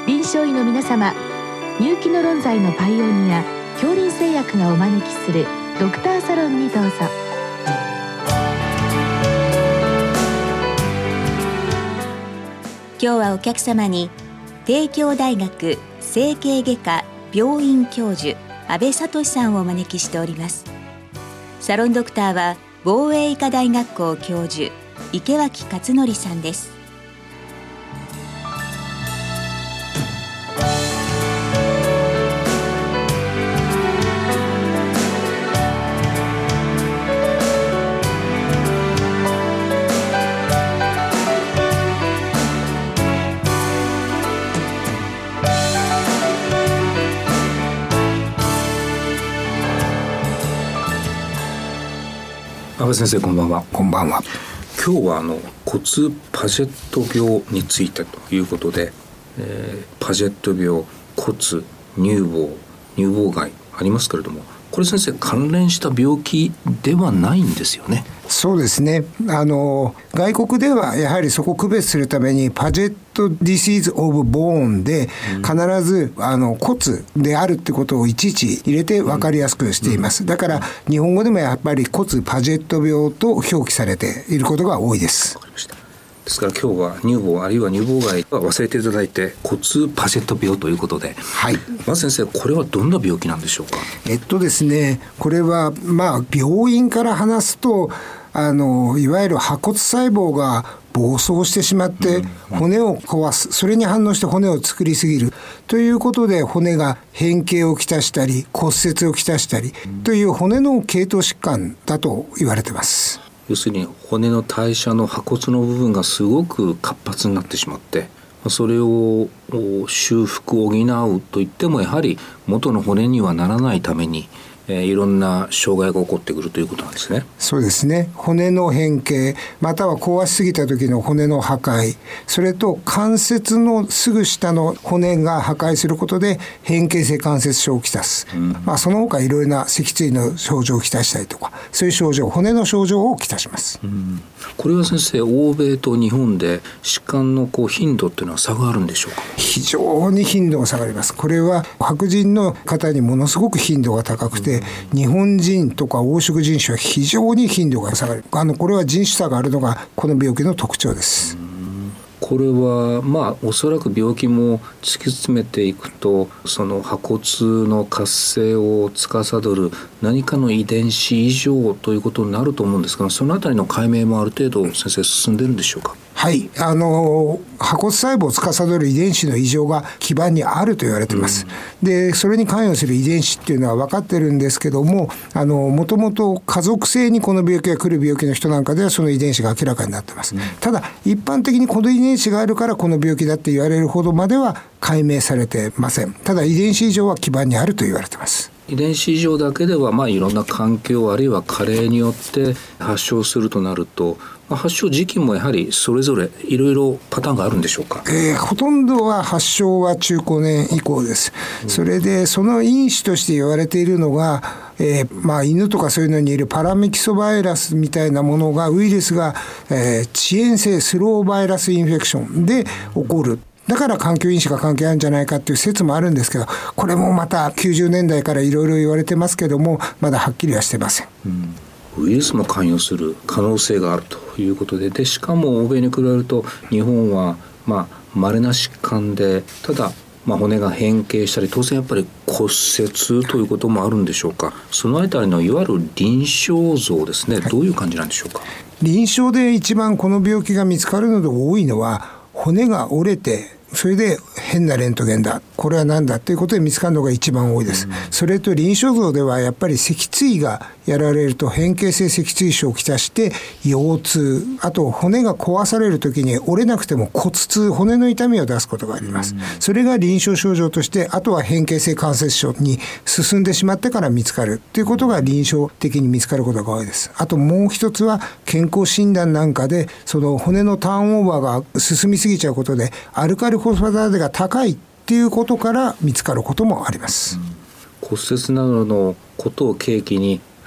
臨床医の皆様、入気の論剤のパイオニア恐林製薬がお招きするドクターサロンにどうぞ。 今日はお客様に帝京大学整形外科病院教授阿部聡さんをお招きしております。サロンドクターは防衛医科大学校教授池脇勝則さんです。 阿部先生、こんばんは。 こんばんは。 今日は骨パジェット病についてということで、パジェット病、骨、乳房、乳房癌ありますけれども、これ先生関連した病気ではないんですよね。 そうですね。外国ではやはりそこを区別するためにパジェットディシーズオブボーンで必ず骨であるってことをいちいち入れて分かりやすくしています。だから日本語でもやっぱり骨パジェット病と表記されていることが多いです。 わかりました。ですから今日は乳房あるいは乳房癌は忘れていただいて骨パジェット病ということで、 はい、 まず先生、これはどんな病気なんでしょうか。 ですね、これは病院から話すといわゆる破骨細胞が暴走してしまって骨を壊す、それに反応して骨を作りすぎるということで骨が変形をきたしたり骨折をきたしたりという骨の系統疾患だと言われています。 要するに骨の代謝の破骨の部分がすごく活発になってしまって、それを修復補うといってもやはり元の骨にはならないためにいろんな障害が起こってくるということなんですね。 そうですね。骨の変形または壊しすぎた時の骨の破壊、それと関節のすぐ下の骨が破壊することで変形性関節症をきたす、その他いろいろな脊椎の症状をきたしたりとか、そういう症状、骨の症状をきたします。 これは先生、欧米と日本で疾患の頻度っていうのは差があるんでしょうか。 非常に頻度が下がります。これは白人の方にものすごく頻度が高くて、日本人とか黄色人種は非常に頻度が下がる。これは人種差があるのがこの病気の特徴です。 これはおそらく病気も突き詰めていくと、その破骨の活性を司る何かの遺伝子異常ということになると思うんですが、そのあたりの解明もある程度先生進んでるんでしょうか。 はい、破骨細胞を司る遺伝子の異常が基盤にあると言われています。で、それに関与する遺伝子っていうのは分かってるんですけども、もともと家族性にこの病気が来る病気の人なんかではその遺伝子が明らかになっています。ただ一般的にこの遺伝子があるからこの病気だって言われるほどまでは解明されてません。ただ遺伝子異常は基盤にあると言われています。 遺伝子異常だけではいろんな環境あるいは加齢によって発症するとなると、発症時期もやはりそれぞれいろいろパターンがあるんでしょうか。 ほとんどは発症は中高年以降です。それでその因子として言われているのが、犬とかそういうのにいるパラミキソバイラスみたいなものがウイルスが、遅延性スローバイラスインフェクションで起こる。だから環境因子が関係あるんじゃないかっていう説もあるんですけど、これもまた90年代からいろいろ言われてますけども、まだはっきりはしてません。 ウイルスも関与する可能性があるということで、しかも欧米に比べると日本は稀な疾患で、ただ骨が変形したり当然やっぱり骨折ということもあるんでしょうか。そのあたりのいわゆる臨床像ですね、どういう感じなんでしょうか。 臨床で一番この病気が見つかるので多いのは、骨が折れてそれで変なレントゲンだ、これは何だということで見つかるのが一番多いです。それと臨床像ではやっぱり脊椎がやられると変形性脊椎症をきたして腰痛、あと骨が壊されるときに折れなくても骨痛、骨の痛みを出すことがあります。それが臨床症状として、あとは変形性関節症に進んでしまってから見つかるということが臨床的に見つかることが多いです。あともう一つは健康診断なんかでその骨のターンオーバーが進みすぎちゃうことでアルカリフォスファターゼが高いっていうことから見つかることもあります。 骨折などのことを契機に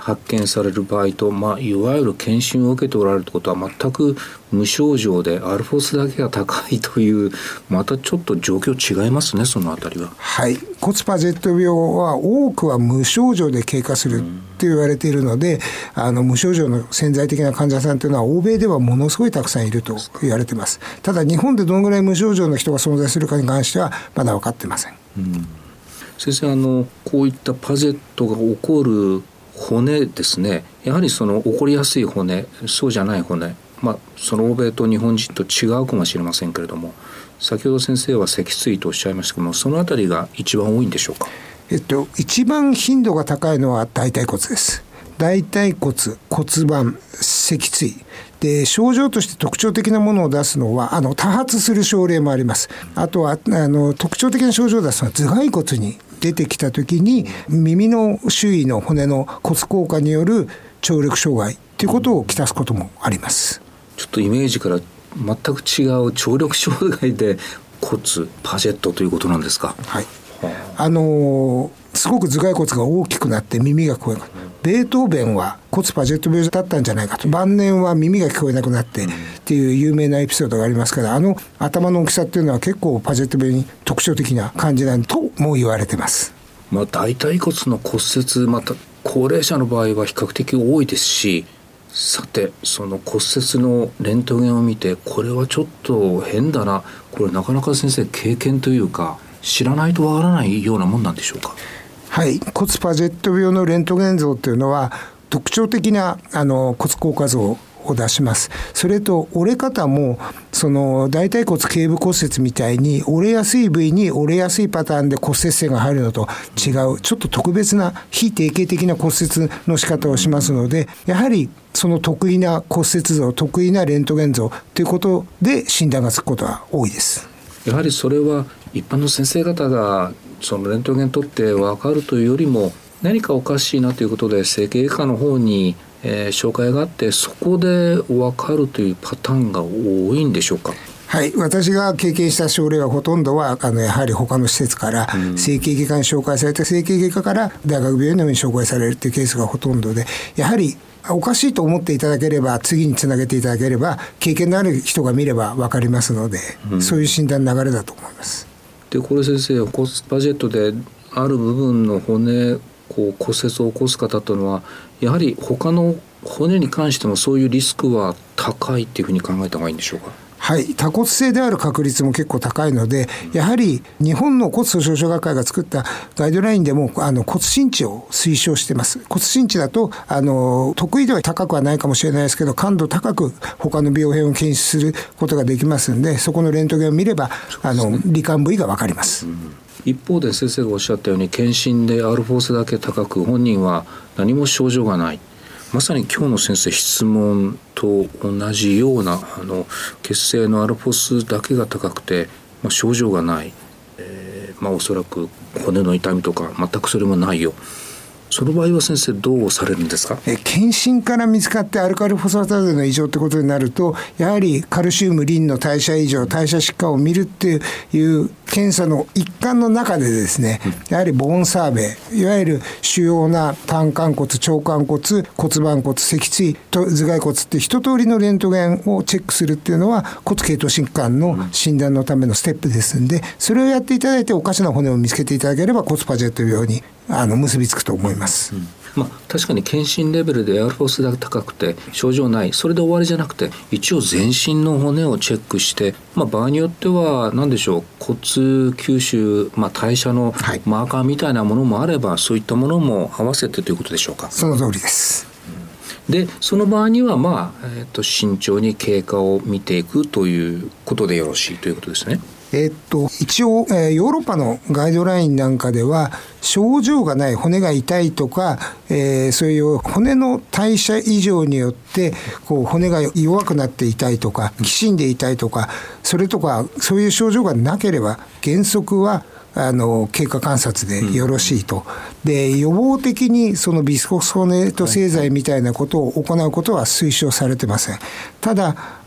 発見される場合と、いわゆる検診を受けておられるということは全く無症状でアルフォスだけが高いという、またちょっと状況違いますね、そのあたりは。 はい、骨パジェット病は多くは無症状で経過するって言われているので、無症状の潜在的な患者さんというのは欧米ではものすごいたくさんいると言われています。ただ日本でどのぐらい無症状の人が存在するかに関してはまだ分かっていません。 先生、こういったパジェットが起こる骨ですね、やはりその起こりやすい骨、そうじゃない骨、その欧米と日本人と違うかもしれませんけれども、先ほど先生は脊椎とおっしゃいましたけども、そのあたりが一番多いんでしょうか。 一番頻度が高いのは大腿骨です。大腿骨、骨盤、脊椎で、症状として特徴的なものを出すのは多発する症例もあります。あとは特徴的な症状を出すのは頭蓋骨に出てきたときに耳の周囲の骨の骨硬化による聴力障害ということをきたすこともあります。 ちょっとイメージから全く違う聴力障害で骨パジェットということなんですか。 はい、すごく頭蓋骨が大きくなって耳が聞こえなくなる。ベートーベンは骨パジェット病だったんじゃないかと、晩年は耳が聞こえなくなってっていう有名なエピソードがありますから、頭の大きさっていうのは結構パジェット病に特徴的な感じなんとも言われてます。 大腿骨の骨折、また高齢者の場合は比較的多いですし、さてその骨折のレントゲンを見て、これはちょっと変だな、これなかなか先生経験というか知らないとわからないようなもんなんでしょうか。 はい、骨パジェット病のレントゲン像というのは特徴的な骨硬化像を出します。それと折れ方もその大腿骨頸部骨折みたいに折れやすい部位に折れやすいパターンで骨折線が入るのと違う、ちょっと特別な非定型的な骨折の仕方をしますので、やはりその得意な骨折像、得意なレントゲン像ということで診断がつくことは多いです。 やはりそれは一般の先生方がそのレントゲン取って分かるというよりも、何かおかしいなということで整形外科の方に紹介があって、そこで分かるというパターンが多いんでしょうか。 はい、私が経験した症例はほとんどはやはり他の施設から整形外科に紹介されて、整形外科から大学病院のように紹介されるというケースがほとんどで、やはりおかしいと思っていただければ、次につなげていただければ、経験のある人が見れば分かりますので、そういう診断の流れだと思います。 でこれ先生、骨パジェットである部分の骨骨折を起こす方というのは、やはり他の骨に関してもそういうリスクは高いっていうふうに考えた方がいいんでしょうか。 はい、多骨性である確率も結構高いので、やはり日本の骨粗しょう症学会が作ったガイドラインでも骨伸値を推奨しています。骨伸値だと得意では高くはないかもしれないですけど、感度高く他の病変を検出することができますので、そこのレントゲンを見れば罹患部位が分かります。 一方で先生がおっしゃったように、検診でアルフォースだけ高く、本人は何も症状がない、まさに今日の先生質問と同じような血清のアルフォスだけが高くて、症状がない、おそらく骨の痛みとか全くそれもないよ、その場合は先生どうされるんですか。 検診から見つかってアルカリフォスファターゼの異常ということになると、やはりカルシウム、リンの代謝異常、代謝疾患を見るっていう検査の一環の中でですね、やはりボーンサーベイ、いわゆる主要な胆管骨、腸管骨、骨盤骨、脊椎と頭蓋骨って一通りのレントゲンをチェックするっていうのは骨系統疾患の診断のためのステップですんで、それをやっていただいておかしな骨を見つけていただければ骨パジェット病に結びつくと思います。 確かに検診レベルでアルフォスが高くて症状ない、それで終わりじゃなくて、一応全身の骨をチェックして、場合によっては何でしょう、骨吸収、代謝のマーカーみたいなものもあれば、そういったものも合わせてということでしょうか。 その通りです。 でその場合には慎重に経過を見ていくということでよろしいということですね。 一応、ヨーロッパのガイドラインなんかでは、症状がない骨が痛いとか、そういう骨の代謝異常によって骨が弱くなって痛いとか、きしんで痛いとか、それとかそういう症状がなければ原則は経過観察でよろしいと。で予防的にそのビスコスフォネート製剤みたいなことを行うことは推奨されてません。ただ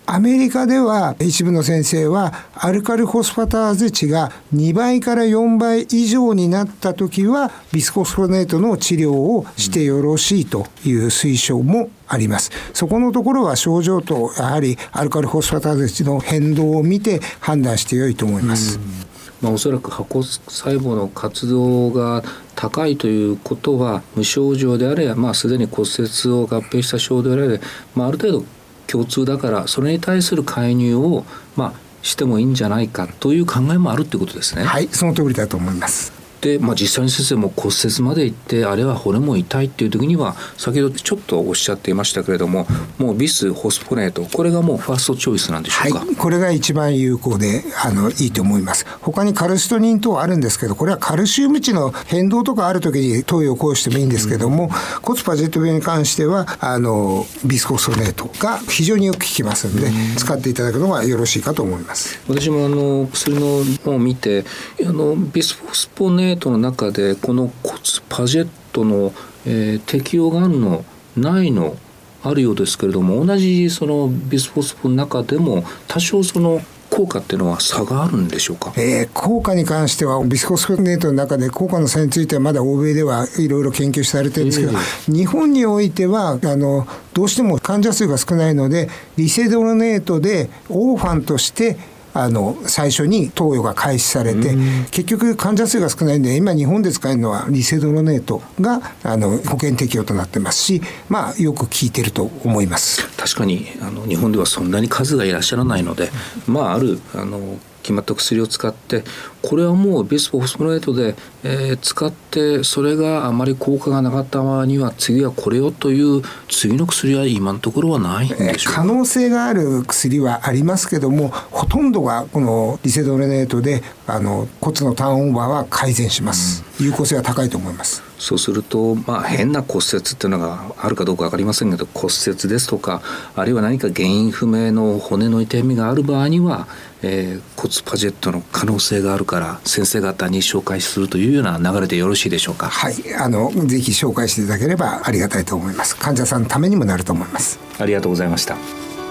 アメリカでは一部の先生はアルカリホスファターゼ値が2倍から4倍以上になった時はビスフォスフォネートの治療をしてよろしいという推奨もあります。そこのところは症状とやはりアルカリホスファターゼ値の変動を見て判断してよいと思います。 おそらく発光細胞の活動が高いということは無症状であれば、すでに骨折を合併した症状であれば、ある程度共通だからそれに対する介入をしてもいいんじゃないかという考えもあるということですね。 はい、その通りだと思います。 で、実際に先生も骨折までいってあれは骨も痛いっていう時には先ほどちょっとおっしゃっていましたけれども、もうビスホスフォネート、これがもうファーストチョイスなんでしょうか。 はい、これが一番有効でいいと思います。他にカルシトニン等あるんですけど、これはカルシウム値の変動とかある時に投与を講してもいいんですけども、骨パジェット病に関してはビスホスフォネートが非常によく効きますので、使っていただくのがよろしいかと思います。 私も薬の本を見てビスホスフォネートの中でこの骨パジェットの、適用があるのないのあるようですけれども、同じそのビスフォスフの中でも多少その効果っていうのは差があるんでしょうか。 効果に関してはビスホスフォネートの中で効果の差についてはまだ欧米ではいろいろ研究されてるんですけど、日本においてはどうしても患者数が少ないのでリセドロネートでオーファンとして最初に投与が開始されて、結局患者数が少ないので今日本で使えるのはリセドロネートが保険適用となってますし、よく効いてると思います。 確かに日本ではそんなに数がいらっしゃらないので、ある決まった薬を使って、これはもうビスフォスフォネートで、使ってそれがあまり効果がなかった場合には次はこれをという次の薬は今のところはないんでしょうか。 可能性がある薬はありますけども、ほとんどがこのリセドロネートで骨のターンオーバーは改善します。有効性は高いと思います。 そうすると、変な骨折っていうのがあるかどうか分かりませんけど、骨折ですとかあるいは何か原因不明の骨の痛みがある場合には、骨パジェットの可能性があるから先生方に紹介するというような流れでよろしいでしょうか。 はい、ぜひ紹介していただければありがたいと思います。患者さんのためにもなると思います。 ありがとうございました。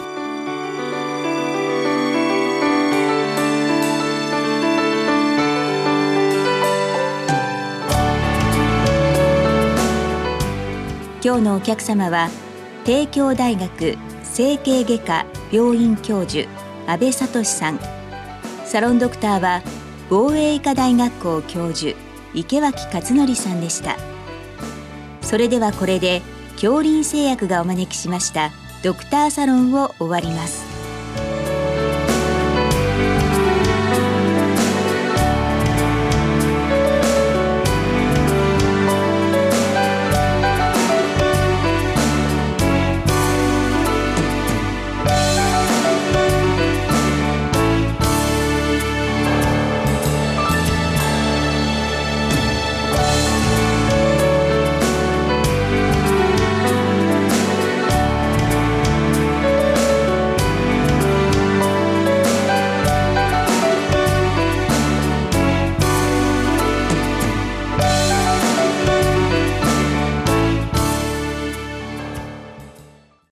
今日のお客様は帝京大学整形外科病院教授阿部聡さん、サロンドクターは防衛医科大学校教授池脇勝則さんでした。それではこれで京林製薬がお招きしましたドクターサロンを終わります。